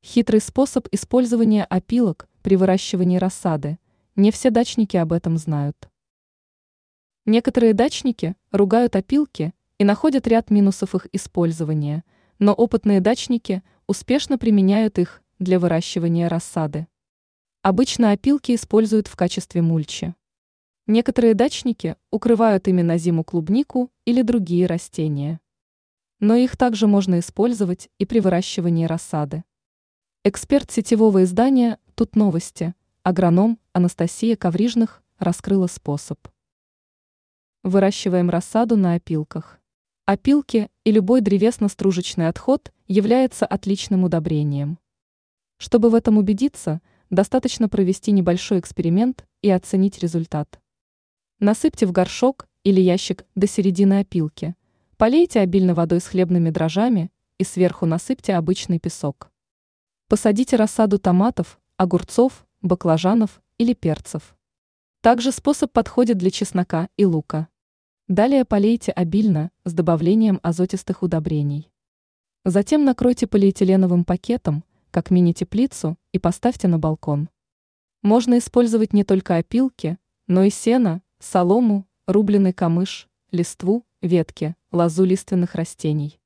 Хитрый способ использования опилок при выращивании рассады. Не все дачники об этом знают. Некоторые дачники ругают опилки и находят ряд минусов их использования, но опытные дачники успешно применяют их для выращивания рассады. Обычно опилки используют в качестве мульчи. Некоторые дачники укрывают ими на зиму клубнику или другие растения. Но их также можно использовать и при выращивании рассады. Эксперт сетевого издания «Тут новости», агроном Анастасия Коврижных раскрыла способ. Выращиваем рассаду на опилках. Опилки и любой древесно-стружечный отход является отличным удобрением. Чтобы в этом убедиться, достаточно провести небольшой эксперимент и оценить результат. Насыпьте в горшок или ящик до середины опилки, полейте обильно водой с хлебными дрожжами и сверху насыпьте обычный песок. Посадите рассаду томатов, огурцов, баклажанов или перцев. Также способ подходит для чеснока и лука. Далее полейте обильно с добавлением азотистых удобрений. Затем накройте полиэтиленовым пакетом, как мини-теплицу, и поставьте на балкон. Можно использовать не только опилки, но и сено, солому, рубленый камыш, листву, ветки, лозу лиственных растений.